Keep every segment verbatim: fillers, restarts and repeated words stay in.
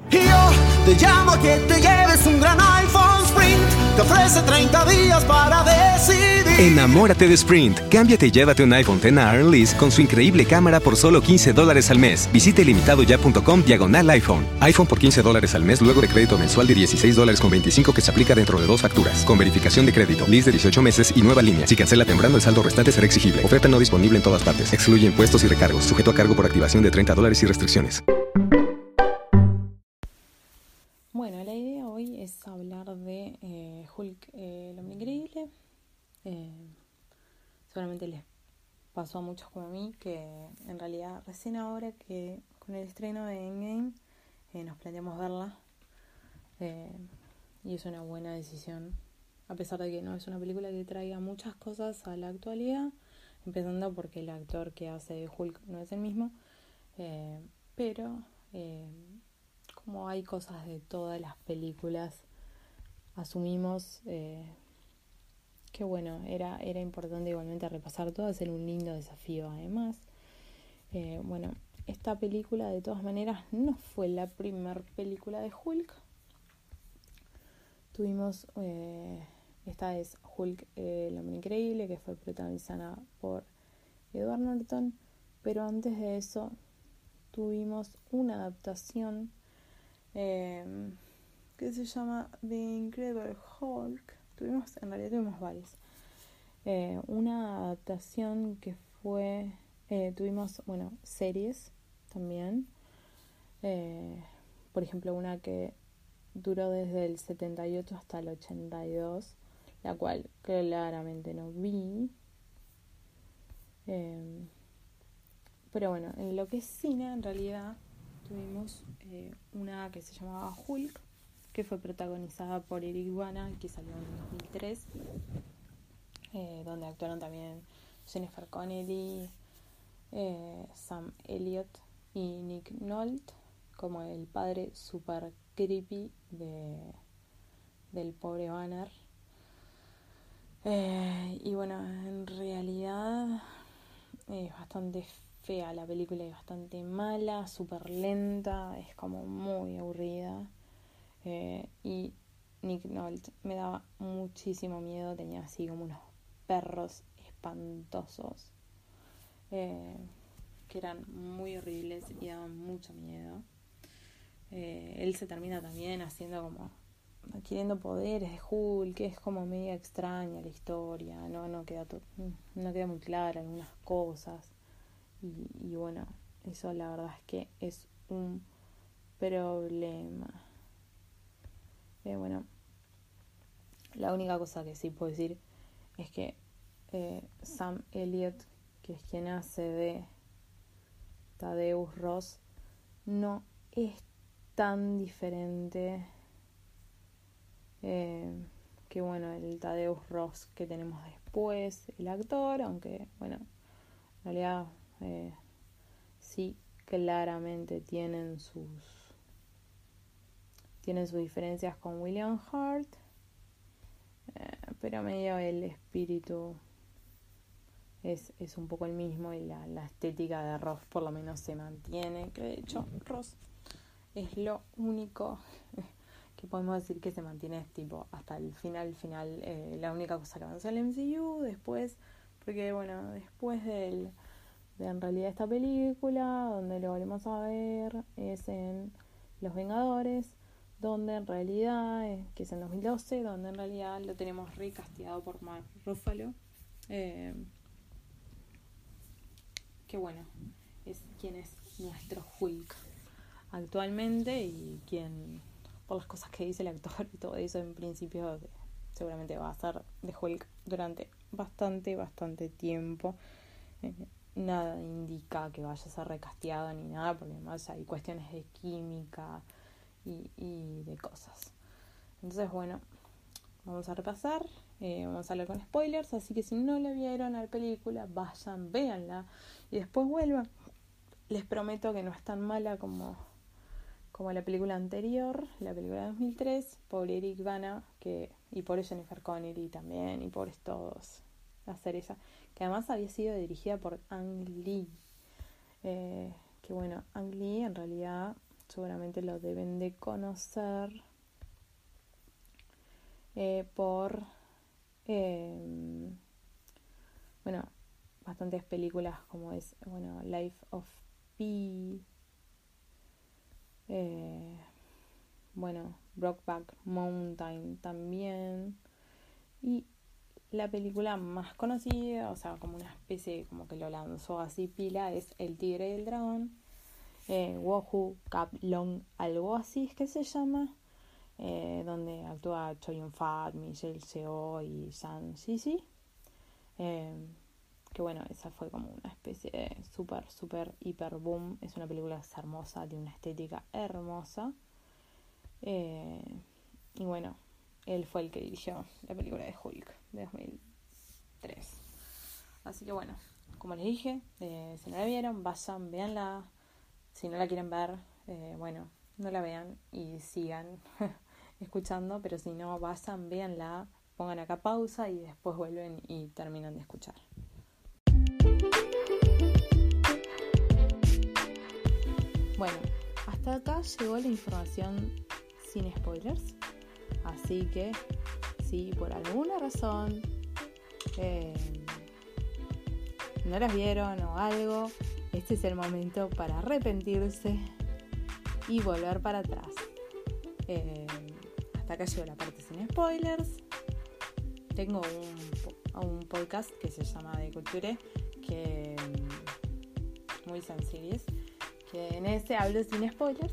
Yo te llamo a que te lleves un gran iPhone Sprint. Te ofrece treinta días para decidir. Enamórate de Sprint. Cámbiate y llévate un iPhone X a Earn Lease con su increíble cámara por solo quince dólares al mes. Visite limitadoya.com diagonal iPhone. iPhone por quince dólares al mes luego de crédito mensual de dieciséis dólares con veinticinco que se aplica dentro de dos facturas. Con verificación de crédito, lease de dieciocho meses y nueva línea. Si cancela temprano, el saldo restante será exigible. Oferta no disponible en todas partes. Excluye impuestos y recargos. Sujeto a cargo por activación de treinta dólares y restricciones. Bueno, la idea hoy es hablar de eh, Hulk, eh, el hombre increíble. Eh, seguramente les pasó a muchos como a mí que en realidad recién ahora que con el estreno de Endgame eh, nos planteamos verla eh, y es una buena decisión, a pesar de que no es una película que traiga muchas cosas a la actualidad, empezando porque el actor que hace de Hulk no es el mismo, eh, pero eh, como hay cosas de todas las películas, asumimos eh, que bueno, era, era importante igualmente repasar todo, hacer un lindo desafío además. Eh, bueno, esta película de todas maneras no fue la primer película de Hulk. Tuvimos, eh, esta es Hulk, eh, el hombre increíble, que fue protagonizada por Edward Norton, pero antes de eso tuvimos una adaptación Eh, que se llama The Incredible Hulk. Tuvimos, en realidad tuvimos varias. Eh, una adaptación que fue, eh, tuvimos, bueno, series también. Eh, por ejemplo, una que duró desde el setenta y ocho hasta el ochenta y dos, la cual claramente no vi. Eh, pero bueno, en lo que es cine, en realidad tuvimos eh, una que se llamaba Hulk, que fue protagonizada por Eric Bana, que salió en dos mil tres, eh, donde actuaron también Jennifer Connelly, eh, Sam Elliott y Nick Nolte como el padre super creepy de, del pobre Banner. Eh, y bueno, en realidad es bastante fea la película, es bastante mala, súper lenta, es como muy aburrida. Eh, y Nick Nolte me daba muchísimo miedo, tenía así como unos perros espantosos eh, que eran muy horribles y daban mucho miedo. Eh, él se termina también haciendo como adquiriendo poderes de Hulk, que es como media extraña la historia, no, no queda to- no queda muy clara algunas cosas. Y, y bueno, eso la verdad es que es un problema. Eh, bueno, la única cosa que sí puedo decir es que eh, Sam Elliott, que es quien hace de Thaddeus Ross, no es tan diferente eh, que bueno, el Thaddeus Ross que tenemos después, el actor, aunque bueno, en realidad Eh, sí, claramente tienen sus tienen sus diferencias con William Hurt, eh, pero medio el espíritu es, es un poco el mismo y la, la estética de Ross por lo menos se mantiene, que de hecho Ross es lo único que podemos decir que se mantiene tipo hasta el final final eh, la única cosa que avanzó el M C U después, porque bueno, después del de en realidad esta película, donde lo volvemos a ver, es en Los Vengadores, donde en realidad, eh, que es en dos mil doce, donde en realidad lo tenemos recasteado por Mark Ruffalo, eh, que bueno, es quien es nuestro Hulk actualmente y quien, por las cosas que dice el actor y todo eso, en principio de, seguramente va a ser de Hulk durante bastante, bastante tiempo. Eh, Nada indica que vaya a ser recasteado ni nada, porque además hay cuestiones de química y, y de cosas. Entonces, bueno, vamos a repasar, eh, vamos a hablar con spoilers, así que si no la vieron a la película, vayan, véanla y después vuelvan. Les prometo que no es tan mala como, como la película anterior, la película de dos mil tres, por Eric Bana, que, y por Jennifer Connelly también, y por todos. Hacer esa, que además había sido dirigida por Ang Lee, eh, que bueno, Ang Lee en realidad seguramente lo deben de conocer eh, por eh, bueno, bastantes películas como es, bueno, Life of Pi, eh, bueno, Brokeback Mountain también, y la película más conocida, o sea, como una especie, como que lo lanzó así pila, es El Tigre y el Dragón, eh, Wohu Cap Long, algo así es que se llama, eh, donde actúa Chow Yun-fat, Michelle Yeoh y Zhang Ziyi, eh, que bueno, esa fue como una especie de super, super, hiper boom. Es una película hermosa, de una estética hermosa, eh, y bueno, él fue el que dirigió la película de Hulk de dos mil tres. Así que bueno, como les dije, eh, si no la vieron, vayan, véanla. Si no la quieren ver, eh, bueno, no la vean y sigan escuchando. Pero si no, vayan, véanla, pongan acá pausa y después vuelven y terminan de escuchar. Bueno, hasta acá llegó la información sin spoilers. Así que, si por alguna razón eh, no las vieron o algo, este es el momento para arrepentirse y volver para atrás. Eh, hasta acá llegó la parte sin spoilers. Tengo un, un podcast que se llama De Culture, que muy sencillo, que en ese hablo sin spoilers.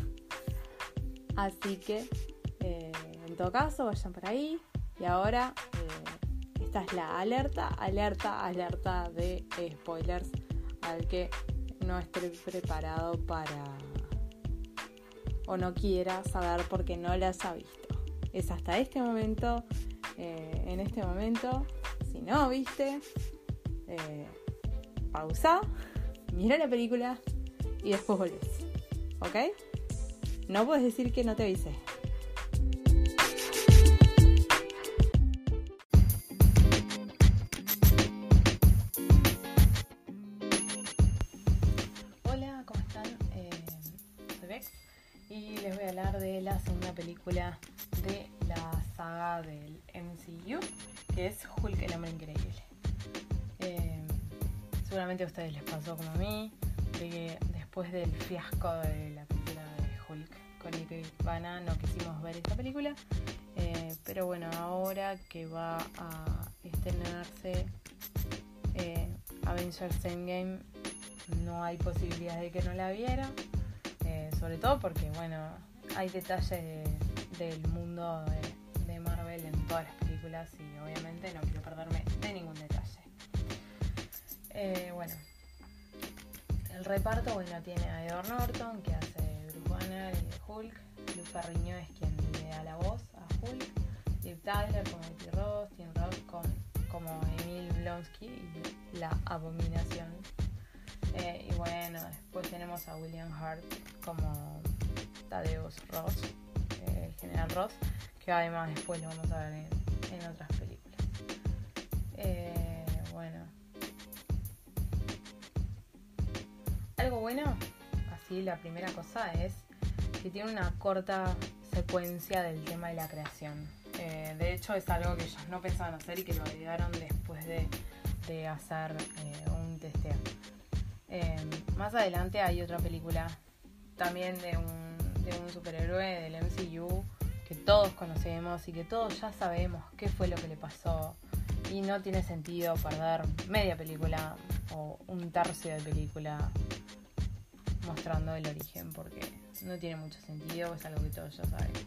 Así que eh, en todo caso, vayan por ahí. Y ahora, eh, esta es la alerta, alerta, alerta de eh, spoilers al que no esté preparado para o no quiera saber porque no las ha visto. Es hasta este momento, eh, en este momento, si no viste, eh, pausa, mira la película y después volvés, ¿ok? No puedes decir que no te avisé. Hola, ¿cómo están? Eh, soy Bex y les voy a hablar de la segunda película de la saga del M C U, que es Hulk, el hombre increíble. Eh, seguramente a ustedes les pasó como a mí, de que después del fiasco de la película de Hulk con Eric Bana no quisimos ver esta película, eh, pero bueno, ahora que va a estrenarse eh, Avengers Endgame, no hay posibilidad de que no la viera, eh, sobre todo porque bueno, hay detalles de, del mundo de, de Marvel en todas las películas y obviamente no quiero perderme de ningún detalle. Eh, bueno, el reparto, bueno, tiene a Edward Norton, que hace Bruce Banner y de Hulk. Lou Ferrigno es quien le da la voz a Hulk. Liv Tyler como Betty Ross, Tim Roth con, como Emil Blonsky y la Abominación. Eh, y bueno, después tenemos a William Hurt como Thaddeus Ross, eh, el general Ross, que además después lo vamos a ver en, en otras películas. Eh, bueno, algo bueno, así la primera cosa es que tiene una corta secuencia del tema de la creación. Eh, de hecho es algo que ellos no pensaban hacer y que lo agregaron después de, de hacer eh, un testeo. Eh, más adelante hay otra película también de un, de un superhéroe del M C U que todos conocemos y que todos ya sabemos qué fue lo que le pasó y no tiene sentido perder media película o un tercio de película mostrando el origen porque no tiene mucho sentido, es algo que todos ya sabemos.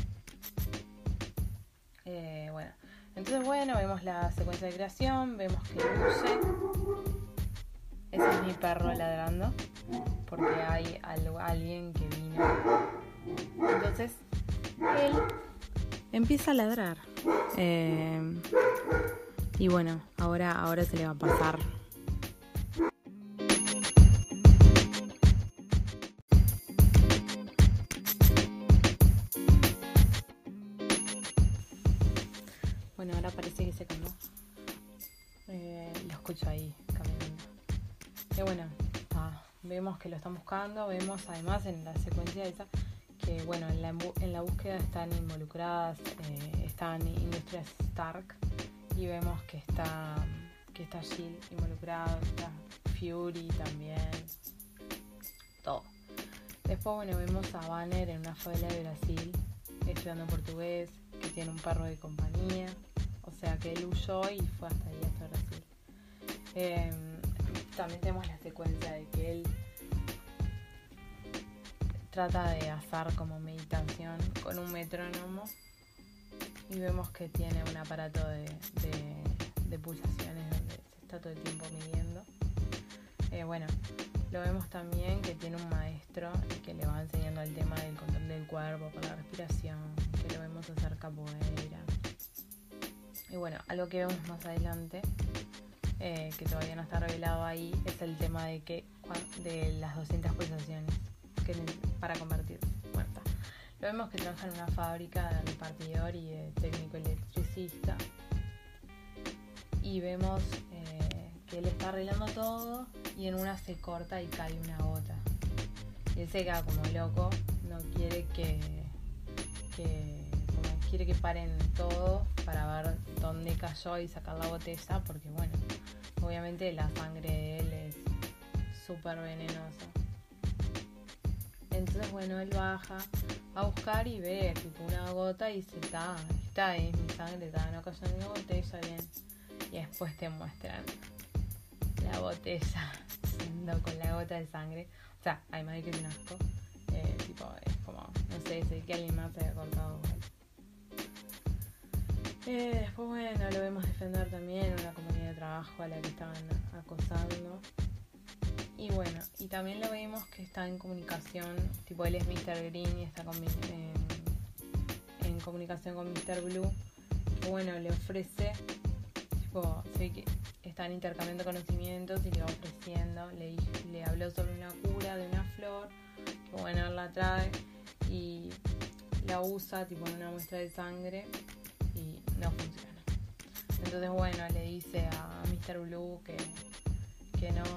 Eh, bueno, entonces bueno, vemos la secuencia de creación, vemos que luce. Ese es mi perro ladrando porque hay algo, alguien que vino. Entonces él empieza a ladrar. Eh, y bueno, ahora, ahora se le va a pasar. Bueno, ahora parece que se calmó. Eh, lo escucho ahí caminando. Y bueno, está vemos que lo están buscando, vemos además en la secuencia esa que bueno, en la, en la búsqueda están involucradas, eh, están Industrias Stark y vemos que está, que está Jill involucrado, está Fury también, todo. Después bueno, vemos a Banner en una favela de Brasil estudiando portugués, que tiene un perro de compañía, o sea que él huyó y fue hasta ahí, hasta Brasil. Eh, también tenemos la secuencia de que él trata de hacer como meditación con un metrónomo y vemos que tiene un aparato de, de, de pulsaciones donde se está todo el tiempo midiendo. Eh, bueno, lo vemos también que tiene un maestro y que le va enseñando el tema del control del cuerpo con la respiración, que lo vemos hacer capoeira. Y bueno, algo que vemos más adelante, eh, que todavía no está revelado ahí, es el tema de que de las doscientas pulsaciones que para convertirse. Bueno, está. Lo vemos que trabaja en una fábrica de repartidor y de técnico electricista. Y vemos eh, que él está arreglando todo y en una se corta y cae una gota. Y él se queda como loco, no quiere que, que como quiere que paren todo para ver dónde cayó y sacar la botella, porque bueno, obviamente la sangre de él es súper venenosa. Entonces bueno, él baja a buscar y ve tipo una gota y se está, está ahí mi sangre, está, no cayó ni una botella, bien. Y después te muestran la botella siendo con la gota de sangre. O sea, además de que es un asco, eh, tipo, es como, no sé, sé que alguien más se había cortado. Eh, después bueno, lo vemos defender también una comunidad de trabajo a la que estaban acosando. Y bueno, y también lo vemos que está en comunicación, tipo él es mister Green y está con, en, en comunicación con mister Blue, que bueno, le ofrece, tipo, se ve que están intercambiando conocimientos y le va ofreciendo, le, le habló sobre una cura de una flor, que bueno, él la trae y la usa tipo en una muestra de sangre y no funciona. Entonces bueno, le dice a mister Blue que, que no...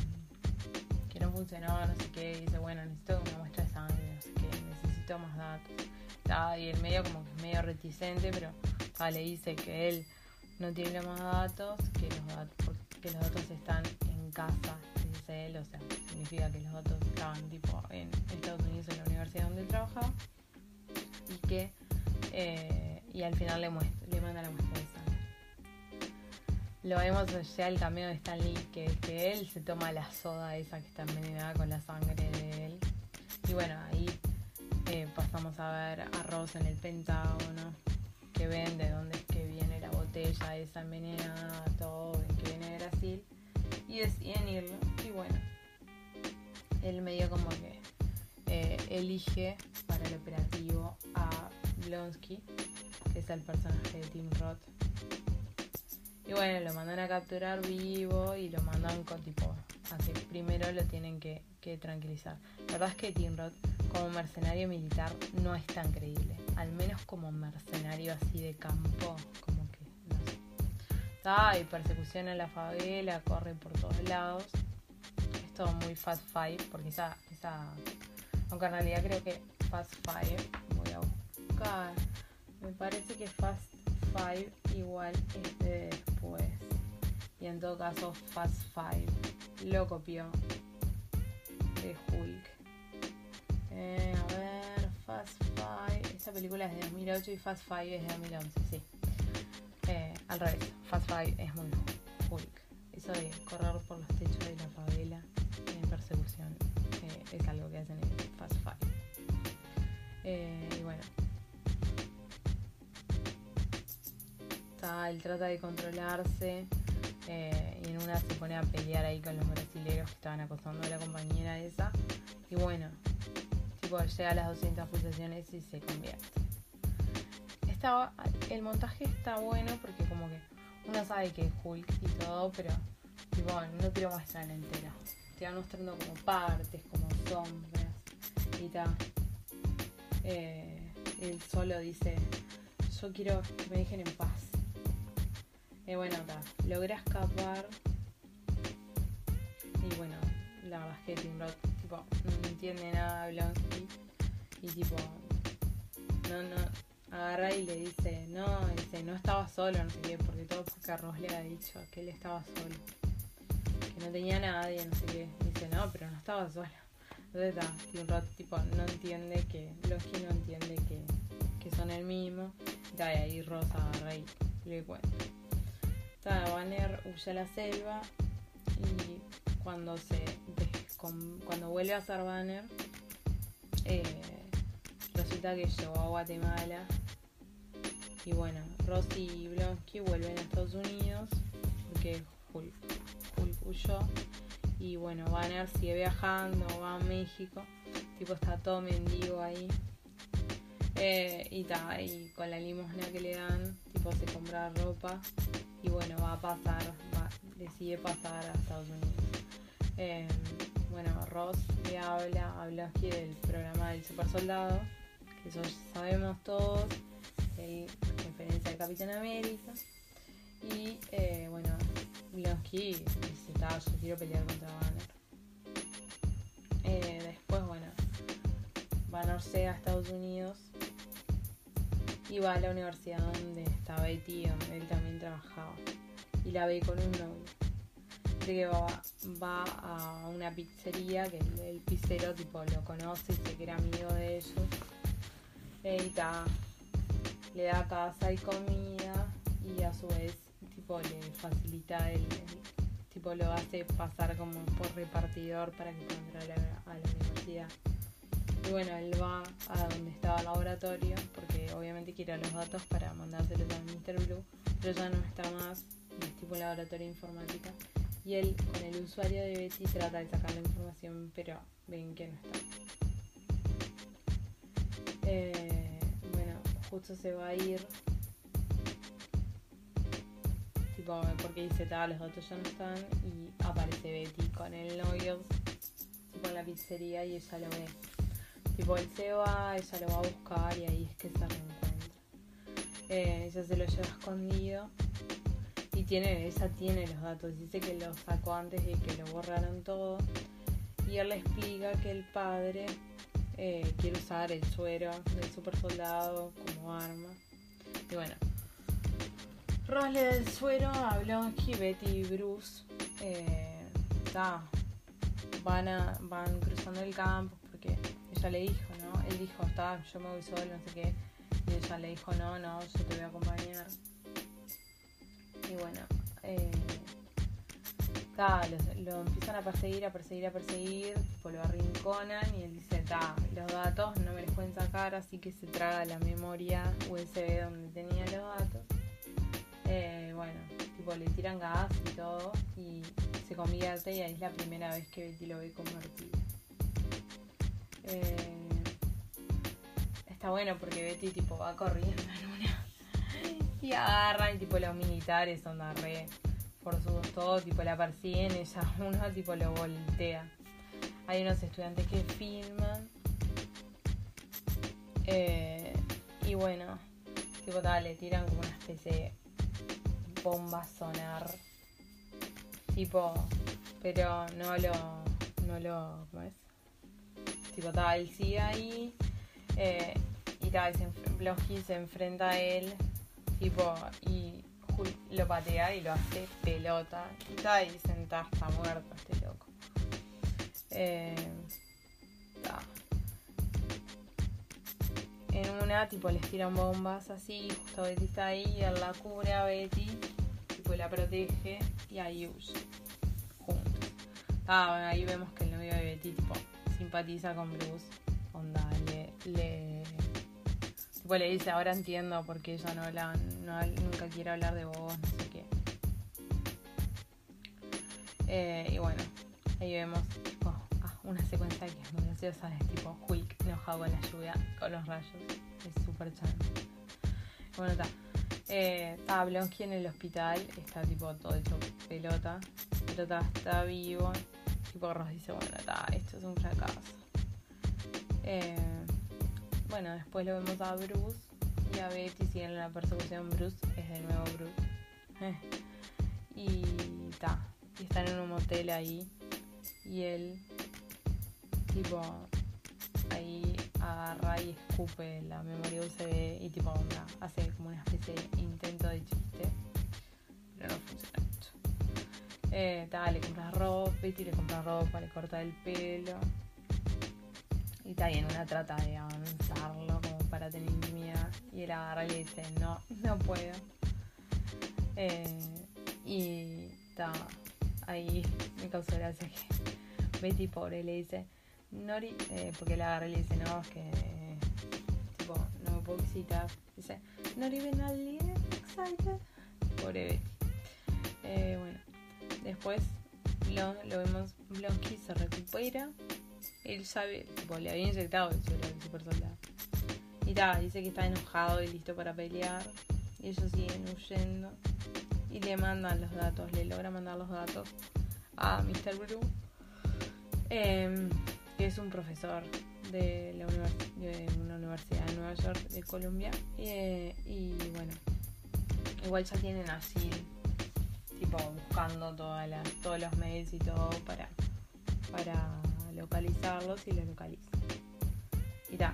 que no funcionó, no sé qué, y dice, bueno, necesito una muestra de sangre, no sé qué, necesito más datos. Está, y el medio como que es medio reticente, pero ah, le dice que él no tiene los más datos, que los datos, que los datos están en casa, dice él, o sea, significa que los datos estaban tipo en Estados Unidos, en la universidad donde él trabajaba, y que eh, y al final le muestra, le manda la muestra de sangre. Lo vemos ya el cameo de Stan Lee, que, que él se toma la soda esa que está envenenada con la sangre de él. Y bueno, ahí eh, pasamos a ver a Ross en el Pentágono, que ven de dónde es que viene la botella esa envenenada, todo, ven que viene de Brasil, y deciden irlo. Y bueno, él medio como que eh, elige para el operativo a Blonsky, que es el personaje de Tim Roth. Y bueno, lo mandan a capturar vivo y lo mandan con tipo, así primero lo tienen que, que tranquilizar. La verdad es que Tim Roth como mercenario militar no es tan creíble, al menos como mercenario así de campo, como que no sé. Está, hay persecución en la favela, corre por todos lados. Es todo muy Fast Five, porque esa, esa, aunque en realidad creo que Fast Five, voy a buscar, me parece que Fast Five igual es de después, y en todo caso Fast Five lo copió de Hulk. Eh, a ver, Fast Five, esa película es de dos mil ocho y Fast Five es de dos mil once, sí. Eh, al revés, Fast Five es muy Hulk. Eso de correr por los techos de la favela en persecución eh, es algo que hacen en Fast Five. Eh, y bueno, él trata de controlarse eh, y en una se pone a pelear ahí con los brasileros que estaban acosando a la compañera esa, y bueno, tipo llega a las doscientas pulsaciones y se convierte. Está, el montaje está bueno porque como que uno sabe que es Hulk y todo, pero tipo no te lo muestran entero, te van mostrando como partes, como sombras y tal. Eh, él solo dice, yo quiero que me dejen en paz. Y eh, bueno, ta, logra escapar y bueno, la verdad es que Tim Roth, tipo, no entiende nada de Blonsky. Y tipo, no, no, agarra y le dice, no, dice, no estaba solo, no sé qué, porque todo porque Ross le ha dicho que él estaba solo. Que no tenía nadie, no sé qué. Dice, no, pero no estaba solo. Entonces está, Tim Roth, tipo, no entiende que, Blonsky no entiende que, que son el mismo. Y ahí Ross agarra y le cuenta. Está, Banner huye a la selva y cuando se con, cuando vuelve a ser Banner, eh, resulta que llegó a Guatemala y bueno, Ross y Blonsky vuelven a Estados Unidos porque Hulk, Hulk huyó y bueno, Banner sigue viajando, va a México, tipo está todo mendigo ahí, eh, y ta, y con la limosna que le dan, tipo se compra ropa y bueno, va a pasar, va, decide pasar a Estados Unidos. Eh, bueno, Ross le habla a Blonsky del programa del super soldado, que eso ya sabemos todos, en referencia al Capitán América. Y eh, bueno, Blonsky dice, yo quiero pelear contra Banner. Eh, después, bueno, Banner llega a Estados Unidos y va a la universidad donde está Betty, donde él también trabajaba, y la ve con un novio. Dice que va, va a una pizzería que el, el pizzero tipo lo conoce y sé que era amigo de ellos, eh, y ta, le da casa y comida y a su vez tipo le facilita el, el tipo lo hace pasar como por repartidor para que pueda entrar a, a la universidad. Y bueno, él va a donde estaba el laboratorio porque obviamente quiere los datos para mandárselos a míster Blue, pero ya no está más, es tipo un laboratorio de informática. Y él, con el usuario de Betty, trata de sacar la información, pero ven que no está. Eh, bueno, justo se va a ir. Tipo, porque dice, los datos ya no están. Y aparece Betty con el novio, tipo en la pizzería, y ella lo ve. Tipo, él se va, ella lo va a buscar, y ahí es que se reencuentra. Eh, ella se lo lleva escondido. Y tiene, ella tiene los datos, dice que los sacó antes de que lo borraran todo. Y él le explica que el padre eh, quiere usar el suero del super soldado como arma. Y bueno, Ross le da el suero a Blonsky, Betty y Bruce. Eh, ta, van, a, van cruzando el campo porque ella le dijo, ¿no? Él dijo, está, yo me voy solo, no sé qué. Y ella le dijo, no, no, yo te voy a acompañar. Y bueno, eh, ta, lo, lo empiezan a perseguir, a perseguir, a perseguir, tipo lo arrinconan y él dice, ta, los datos no me los pueden sacar, así que se traga la memoria U S B donde tenía los datos. Eh, bueno, tipo le tiran gas y todo y se convierte, y ahí es la primera vez que Betty lo ve convertido. Eh, está bueno porque Betty tipo va corriendo en una y agarran, y tipo los militares son re forzudos todos, tipo la persiguen, ella uno tipo lo voltea. Hay unos estudiantes que filman, eh, y bueno, tipo tal, le tiran como una especie de bomba sonar, tipo, pero no lo, no lo, ¿cómo es? Tipo tal, él sigue ahí, eh, y tal, Blonsky se enfrenta a él, tipo, y Hulk lo patea y lo hace pelota. Y está, y dicen, está, está muerto este loco. Eh, ta. En una, tipo, les tiran bombas así, justo Betty está ahí, y él la cubre a Betty, tipo, la protege, y ahí huye, juntos. Ah, bueno, ahí vemos que el novio de Betty, tipo, simpatiza con Bruce, onda, le... le Tipo le dice, ahora entiendo por qué ella no habla, no, nunca quiere hablar de vos, no sé qué. Eh, y bueno, ahí vemos tipo, ah, una secuencia que es muy graciosa, es tipo Hulk enojado con la lluvia, con los rayos, es súper charme. Bueno, está. Eh, está Blonsky en el hospital, está tipo todo hecho pelota, pero está, está vivo. Tipo Ross dice, bueno, está, esto es un fracaso. Eh... Bueno, después lo vemos a Bruce y a Betty siguen la persecución. Bruce es de nuevo Bruce. Eh. Y ta, y están en un motel ahí. y él tipo ahí agarra y escupe la memoria U S B y tipo onda, hace como una especie de intento de chiste, pero no funciona mucho. Eh, ta, le compra ropa, Betty le compra ropa, le corta el pelo y ta, y en una trata de avanzarlo como para tener intimidad y él agarra y le dice no, no puedo. Eh, y ta, ahí me causó gracia que Betty pobre le dice Nori, eh, porque la agarra y le dice no, es que eh, tipo no me puedo excitar, dice not even a little excited, pobre Betty. Eh, bueno, después lo, lo vemos, Blonsky se recupera, él sabe, tipo le había inyectado el suero del super soldado y ta, dice que está enojado y listo para pelear y ellos siguen huyendo y le mandan los datos, le logra mandar los datos a mister Blue, eh, que es un profesor de, la univers- de una universidad de Nueva York, de Columbia, eh, y bueno, igual ya tienen así, tipo buscando todas las, todos los mails y todo para, para localizarlos y los localizan. Y ta,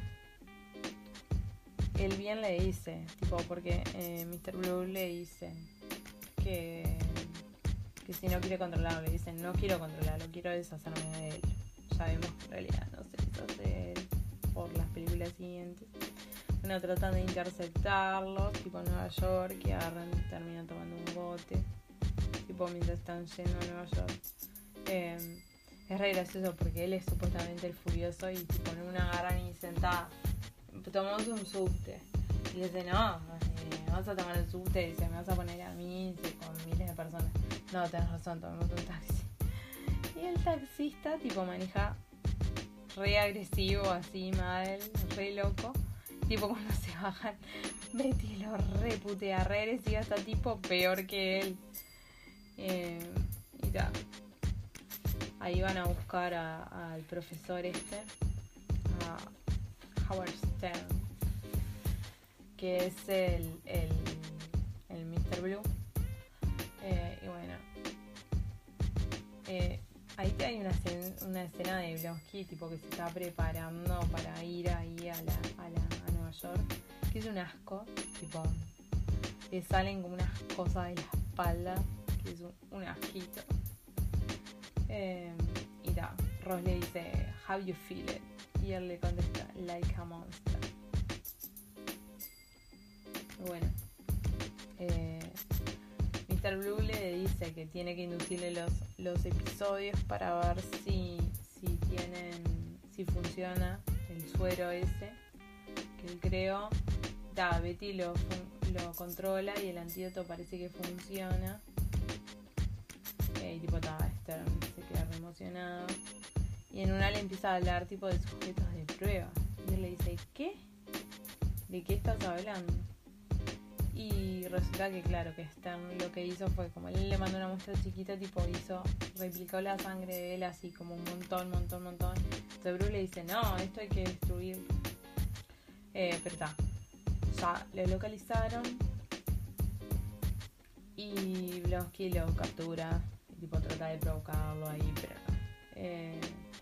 él bien le dice, tipo, porque eh, mister Blue le dice que, que si no quiere controlarlo, le dicen no quiero controlarlo, quiero deshacerme de él. Sabemos que en realidad no se deshace de él por las películas siguientes. Bueno, tratan de interceptarlos, tipo en Nueva York, que agarran y terminan tomando un bote, tipo mientras están yendo a Nueva York. Eh, es re gracioso porque él es supuestamente el furioso y tipo en una agarran y dicen, ta, tomamos un subte. Y le dice, no, eh, vas a tomar el subte, y dice, me vas a poner a mí, dice, con miles de personas. No, tenés razón, tomemos un taxi. Y el taxista, tipo, maneja re agresivo, así, mal, re loco. Tipo, cuando se bajan, Betty lo re putea, re agresiva, está tipo peor que él. Eh, y ta. Ahí van a buscar al profesor este, a Howard Stern, que es el, el, el mister Blue. Eh, y bueno, eh, ahí hay una, una escena de Blonsky, tipo que se está preparando para ir ahí a, la, a, la, a Nueva York, que es un asco, tipo, le salen como unas cosas de la espalda, que es un, un asquito. Eh, y da, Ross le dice, how you feel it? Y él le contesta, like a monster. Bueno, eh, mister Blue le dice que tiene que inducirle los, los episodios para ver si, si tienen, si funciona el suero ese que él creó. Da, Betty lo, lo controla y el antídoto parece que funciona. Eh, y tipo, ta, Stern se queda re emocionado. Y en una le empieza a hablar tipo de sujetos de prueba. Y él le dice, ¿qué? ¿De qué estás hablando? Y resulta que claro, que Stern lo que hizo fue, como él le mandó una muestra chiquita, tipo hizo, replicó la sangre de él así como un montón, montón, montón. Entonces Bruce le dice, no, esto hay que destruir. Eh, pero está, ya lo localizaron y Blonsky lo captura y tipo trata de provocarlo ahí, pero no. Eh,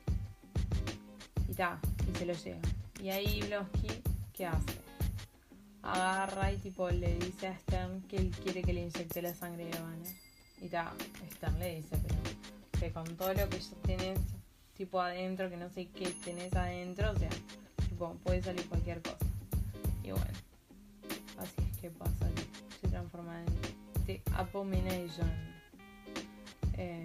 y ta, y se lo lleva. Y ahí Blonsky, ¿qué hace? Agarra y tipo le dice a Stern que él quiere que le inyecte la sangre de Havana. Y ta, Stern le dice, pero que con todo lo que tenés tipo adentro, que no sé qué tenés adentro, o sea, tipo puede salir cualquier cosa. Y bueno, así es que pasa, se transforma en The Abomination. Eh,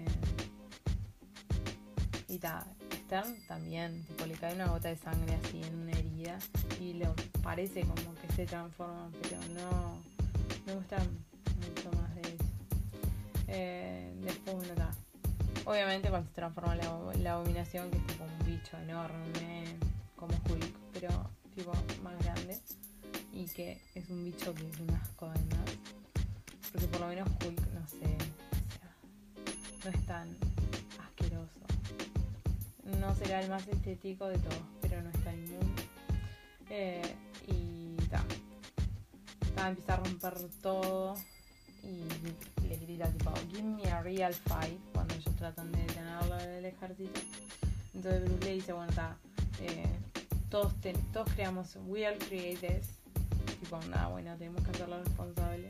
y ta, Stern también, tipo le cae una gota de sangre así en una herida y lo parece como que se transforma, pero no me gusta mucho más de eso. Eh, después bueno, ta, obviamente cuando se transforma la, la abominación, que es tipo un bicho enorme como Hulk, pero tipo más grande, y que es un bicho que es un asco además, porque por lo menos Hulk, no sé, o sea, no es tan asqueroso. No será el más estético de todos, pero no está inmundo. Eh, y ta, ta, empieza a romper todo y le grita tira tipo give me a real fight cuando ellos tratan de detenerlo del ejército. Entonces Bruce le dice, bueno, está, eh, todos, ten, todos creamos, we all create this, tipo, nada, bueno, tenemos que hacerlo responsable.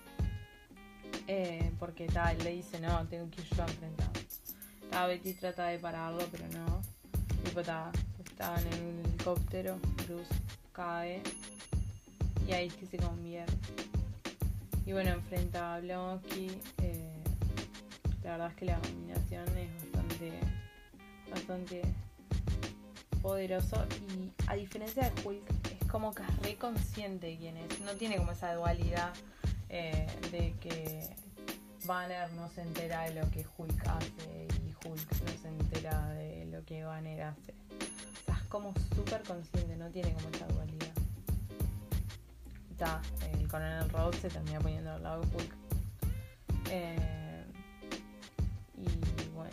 Eh, porque tal, le dice, no, tengo que ir yo a enfrentar. Ta, Betty trata de pararlo, pero no. Tipo, ta, estaban en un helicóptero, Bruce cae y ahí es que se convierte. Y bueno, enfrenta a Blonsky. Eh, la verdad es que la combinación es bastante, bastante poderoso. Y a diferencia de Hulk, es como que es re consciente de quién es. No tiene como esa dualidad eh, de que Banner no se entera de lo que Hulk hace y Hulk no se entera de lo que Banner hace. O sea, es como súper consciente, no tiene como esa dualidad. Está, el coronel Rhodes se termina poniendo al lado de Hulk. Eh, y bueno.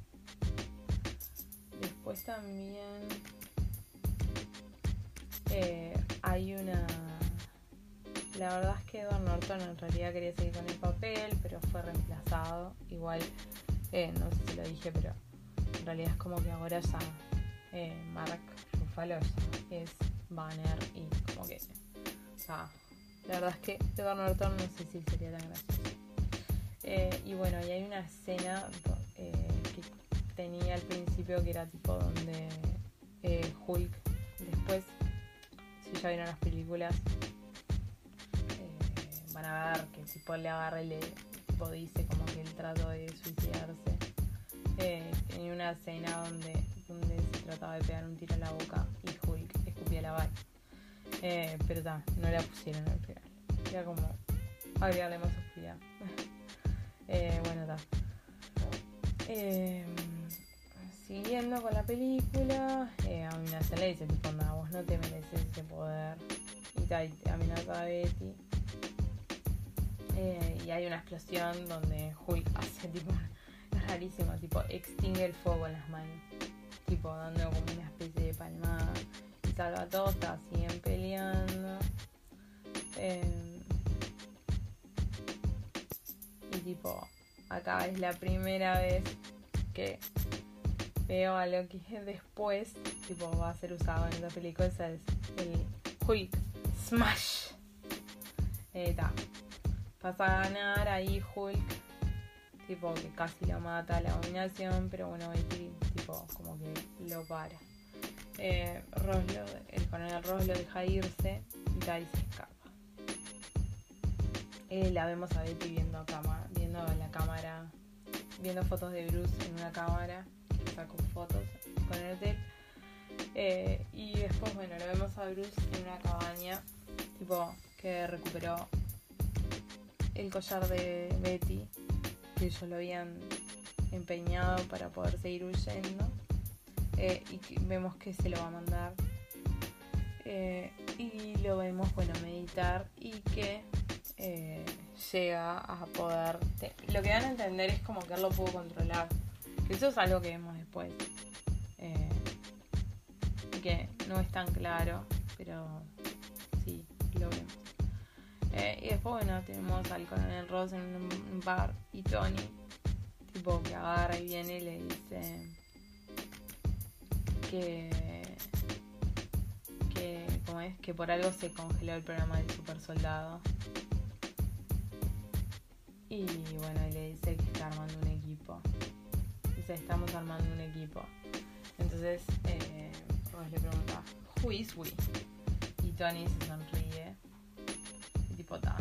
Después también eh, hay una... La verdad es que Edward Norton en realidad quería seguir con el papel, pero fue reemplazado. Igual, eh, no sé si lo dije, pero en realidad es como que ahora ya eh, Mark Ruffalo ya es Banner y como que... O sea, la verdad es que Edward Norton no sé si sería tan gracioso. Eh, y bueno, y hay una escena eh, que tenía al principio que era tipo donde eh, Hulk, después, si ya vieron las películas, eh, van a ver que tipo le agarra y le tipo, dice como que él trató de suicidarse. Eh, tenía una escena donde, donde se trataba de pegar un tiro en la boca y Hulk escupía la bala. Eh, pero ta, no la pusieron al final. Era como agregarle más oscuridad. eh, bueno, ta. Eh, siguiendo con la película, eh, amenaza le dice tipo, nada, vos no te mereces ese poder. Y ta, y amenaza a Betty. Eh, y hay una explosión donde Hulk hace tipo, es rarísimo, tipo, extingue el fuego en las manos. Tipo, dando como una especie de palmada. Salva a todos, siguen peleando. Eh, y tipo, acá es la primera vez que veo a Loki después, tipo, va a ser usado en esta película, es el Hulk Smash. Eh, ta. Pasa a ganar ahí Hulk, tipo, que casi lo mata a la Abominación, pero bueno, Betty, tipo, como que lo para. Eh, Ross lo, el coronel Ross lo deja irse y Ty se escapa. Eh, la vemos a Betty viendo, cama, viendo la cámara, viendo fotos de Bruce en una cámara, que sacó fotos con el hotel. Eh, y después, bueno, lo vemos a Bruce en una cabaña, tipo, que recuperó el collar de Betty, que ellos lo habían empeñado para poder seguir huyendo. Eh, y que vemos que se lo va a mandar eh, y lo vemos, bueno, meditar y que eh, llega a poder te, lo que dan a entender es como que él lo pudo controlar, que eso es algo que vemos después eh, y que no es tan claro, pero sí, lo vemos. Eh, y después, bueno, tenemos al coronel Ross en un bar y Tony tipo que agarra y viene y le dice que que ¿cómo es? Que por algo se congeló el programa del super soldado y bueno, y le dice que está armando un equipo, dice estamos armando un equipo, entonces eh, Ross le pregunta who is we y Tony se sonríe y tipo ta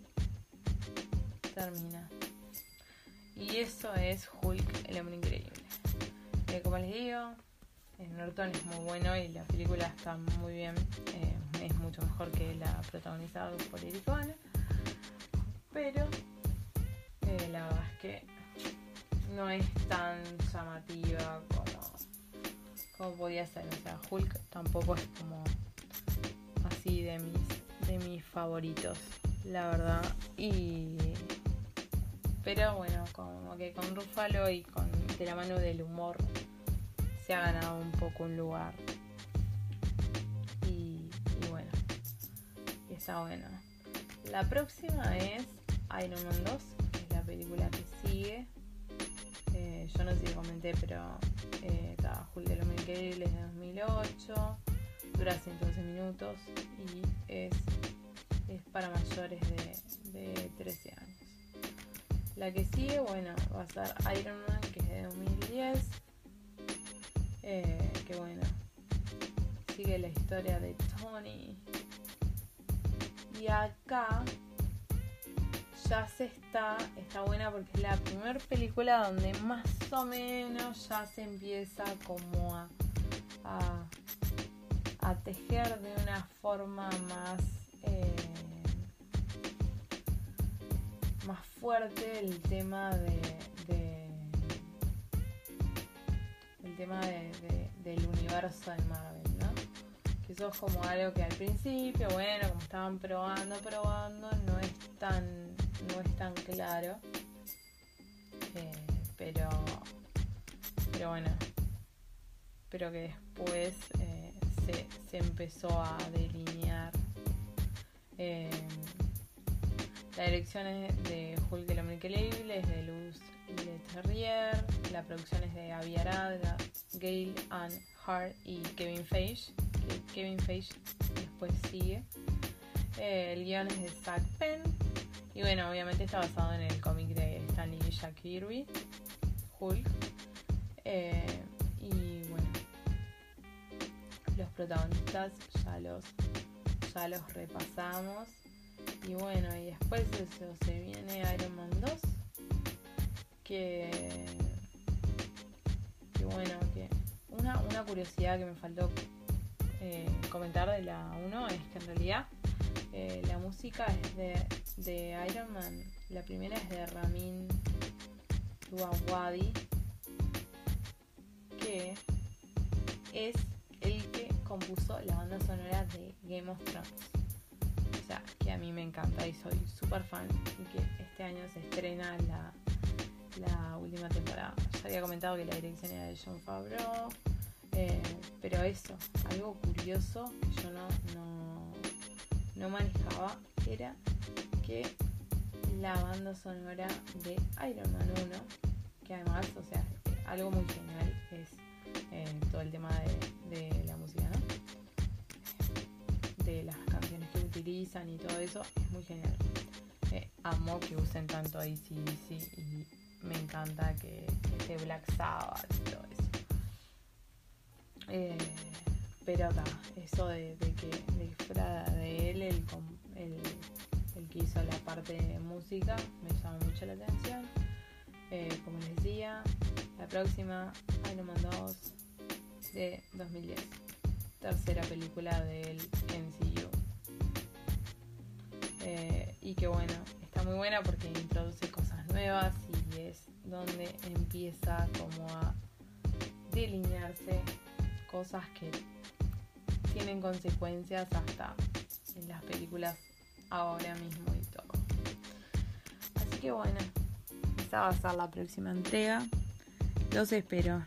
termina y eso es Hulk, el hombre increíble. Eh, como les digo, Norton es muy bueno y la película está muy bien, eh, es mucho mejor que la protagonizada por Eric Bana, pero eh, la verdad es que no es tan llamativa como, como podía ser. O sea, Hulk tampoco es como así de mis, de mis favoritos, la verdad. Y pero bueno, como que con Ruffalo y con de la mano del humor se ha ganado un poco un lugar y, y bueno, y está bueno. La próxima es Iron Man dos, que es la película que sigue. Eh, yo no sé si comenté, pero eh, está Hulk de Lomelí Cable, es de dos mil ocho, dura ciento once minutos y es, es para mayores de, de trece años. La que sigue, bueno, va a ser Iron Man, que es de dos mil diez, eh, que bueno, sigue la historia de Tony. Y acá ya se está, está buena porque es la primera película donde más o menos ya se empieza como a, a, a tejer de una forma más, eh, más fuerte el tema de, de el tema de, de, del universo de Marvel, ¿no? Que eso es como algo que al principio, bueno, como estaban probando, probando, no es tan, no es tan claro. Eh, pero, pero bueno, pero que después eh, se, se empezó a delinear. Eh, la dirección es de Hulk de Lomelí Cable, es de Luz Leterrier, la producción es de Avi Arad, Gail Ann Hart y Kevin Feige. Kevin Feige después sigue. Eh, el guion es de Zach Penn y bueno, obviamente está basado en el cómic de Stan Lee y Jack Kirby, Hulk. Eh, y bueno, los protagonistas ya los ya los repasamos. Y bueno, y después de eso se viene Iron Man dos, que, que bueno, que una, una curiosidad que me faltó eh, comentar de la uno es que en realidad eh, la música es de, de Iron Man, la primera es de Ramin Djawadi, que es el que compuso la banda sonora de Game of Thrones. O sea, que a mí me encanta y soy súper fan, y que este año se estrena la, la última temporada. Ya había comentado que la dirección era de Jon Favreau, eh, pero eso, algo curioso que yo no, no, no manejaba era que la banda sonora de Iron Man uno, que además, o sea, algo muy genial es eh, todo el tema de, de la música, ¿no? De las canciones que utilizan y todo eso, es muy genial. Eh, amo que usen tanto A C D C y me encanta que, que esté Black Sabbath y todo eso. Eh, pero acá, eso de, de, que, de que fuera de él el, el, el que hizo la parte de música me llama mucho la atención. Eh, como les decía, la próxima Iron Man dos de dos mil diez, tercera película del M C U, eh, y que bueno, está muy buena porque introduce cosas nuevas y es donde empieza como a delinearse cosas que tienen consecuencias hasta en las películas ahora mismo y todo. Así que bueno, esa va a ser la próxima entrega. Los espero.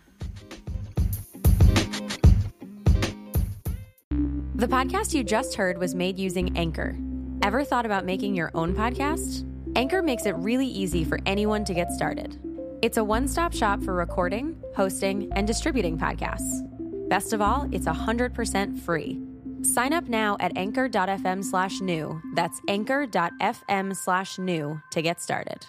The podcast you just heard was made using Anchor. Ever thought about making your own podcast? Anchor makes it really easy for anyone to get started. It's a one-stop shop for recording, hosting, and distributing podcasts. Best of all, it's one hundred percent free. Sign up now at anchor.fm slash new. That's anchor.fm slash new to get started.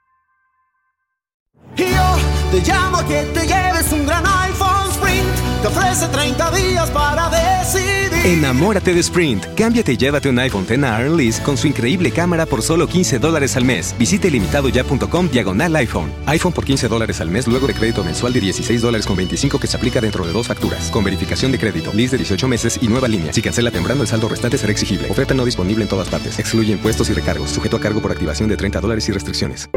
Yo te llamo a que te lleves un gran iPhone Sprint. Te ofrece treinta días para decidir. Enamórate de Sprint. Cámbiate y llévate un iPhone X a Earn Lease con su increíble cámara por solo quince dólares al mes. Visite limitadoya.com diagonal iPhone. iPhone por quince dólares al mes luego de crédito mensual de dieciséis dólares con veinticinco que se aplica dentro de dos facturas. Con verificación de crédito, lease de dieciocho meses y nueva línea. Si cancela temprano, el saldo restante será exigible. Oferta no disponible en todas partes. Excluye impuestos y recargos. Sujeto a cargo por activación de treinta dólares y restricciones.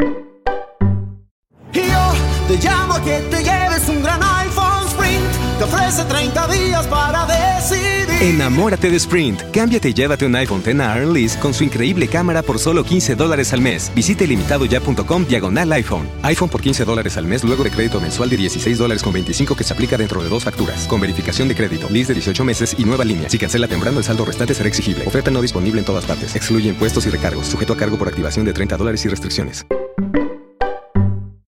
Yo te llamo a que te lleves un gran iPhone Sprint. Te ofrece treinta días para decidir. Enamórate de Sprint. Cámbiate y llévate un iPhone X a Earn Lease con su increíble cámara por solo quince dólares al mes. Visite limitadoya.com diagonal iPhone. iPhone por quince dólares al mes luego de crédito mensual de dieciséis dólares con veinticinco que se aplica dentro de dos facturas. Con verificación de crédito, lease de dieciocho meses y nueva línea. Si cancela temprano, el saldo restante será exigible. Oferta no disponible en todas partes. Excluye impuestos y recargos. Sujeto a cargo por activación de treinta dólares y restricciones.